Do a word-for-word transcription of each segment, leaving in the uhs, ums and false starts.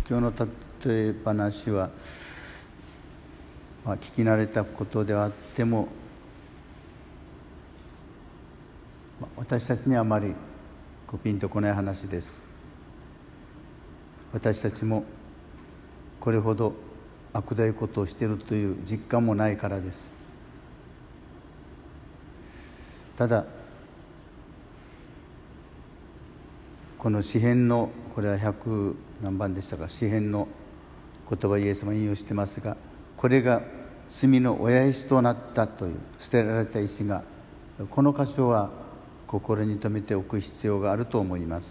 今日の例え話は、まあ、聞き慣れたことではあっても、まあ、私たちにはあまりこうピンとこない話です。私たちもこれほど悪どいことをしているという実感もないからです。ただこの詩編の、これは百何番でしたか、詩編の言葉、イエス様引用してますが、これが罪の親石となったという、捨てられた石が、この箇所は心に留めておく必要があると思います。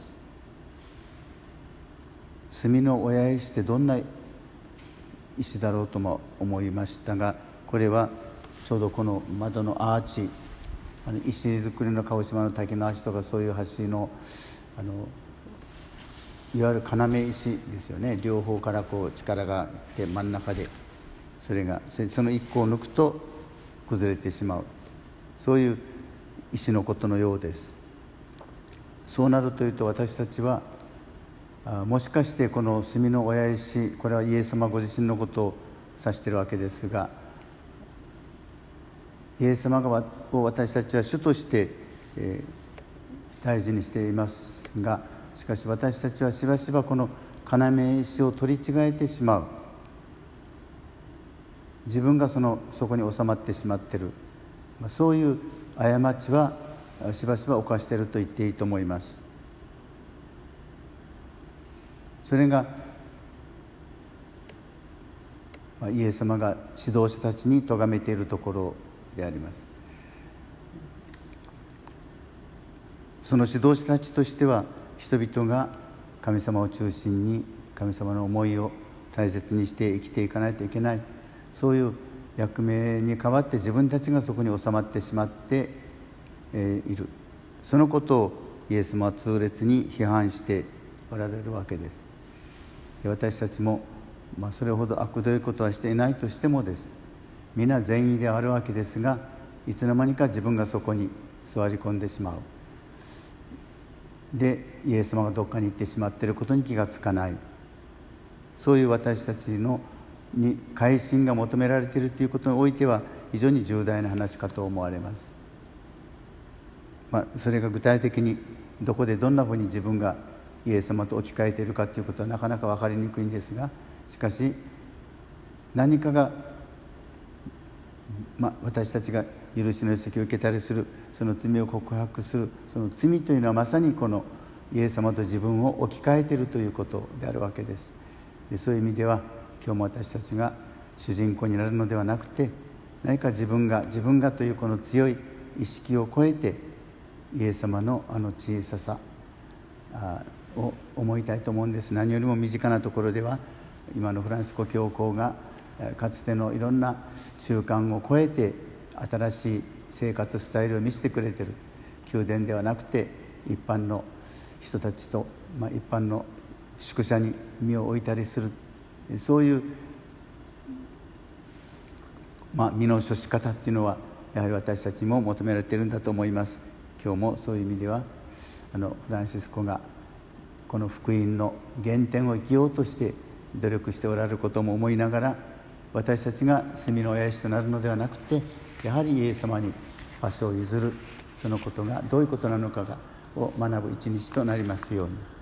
罪の親石ってどんな石だろうとも思いましたが、これはちょうどこの窓のアーチ、あの石造りの鹿児島の滝の橋とか、そういう橋のあのいわゆる要石ですよね。両方からこう力があって真ん中で、それがその一個を抜くと崩れてしまう、そういう石のことのようです。そうなるというと、私たちはあもしかしてこの炭の親石、これはイエス様ご自身のことを指しているわけですが、イエス様を私たちは主として、えー、大事にしていますが、しかし私たちはしばしばこの要石を取り違えてしまう、自分がそのそこに収まってしまっている、そういう過ちはしばしば犯していると言っていいと思います。それがイエス様が指導者たちに咎めているところであります。その指導者たちとしては、人々が神様を中心に神様の思いを大切にして生きていかないといけない、そういう役目に代わって自分たちがそこに収まってしまっている、そのことをイエス様は痛烈に批判しておられるわけです。で私たちも、まあ、それほど悪どいことはしていないとしてもです、皆善意であるわけですが、いつの間にか自分がそこに座り込んでしまう。でイエス様がどっかに行ってしまっていることに気がつかない、そういう私たちのに改心が求められているということにおいては非常に重大な話かと思われます。まあ、それが具体的にどこでどんなふうに自分がイエス様と置き換えているかということはなかなか分かりにくいんですが、しかし何かが、まあ、私たちが許しの責を受けたりする、その罪を告白する、その罪というのはまさにこのイエス様と自分を置き換えているということであるわけです。でそういう意味では、今日も私たちが主人公になるのではなくて、何か自分が自分がというこの強い意識を超えて、イエス様のあの小ささを思いたいと思うんです。何よりも身近なところでは、今のフランシスコ教皇がかつてのいろんな習慣を超えて新しい生活スタイルを見せてくれている。宮殿ではなくて一般の人たちと、まあ、一般の宿舎に身を置いたりする、そういう、まあ、身の処し方っていうのはやはり私たちも求められているんだと思います。今日もそういう意味では、あのフランシスコがこの福音の原点を生きようとして努力しておられることも思いながら、私たちが炭の親石となるのではなくて、やはりイエス様に場所を譲る、そのことがどういうことなのかがを学ぶ一日となりますように。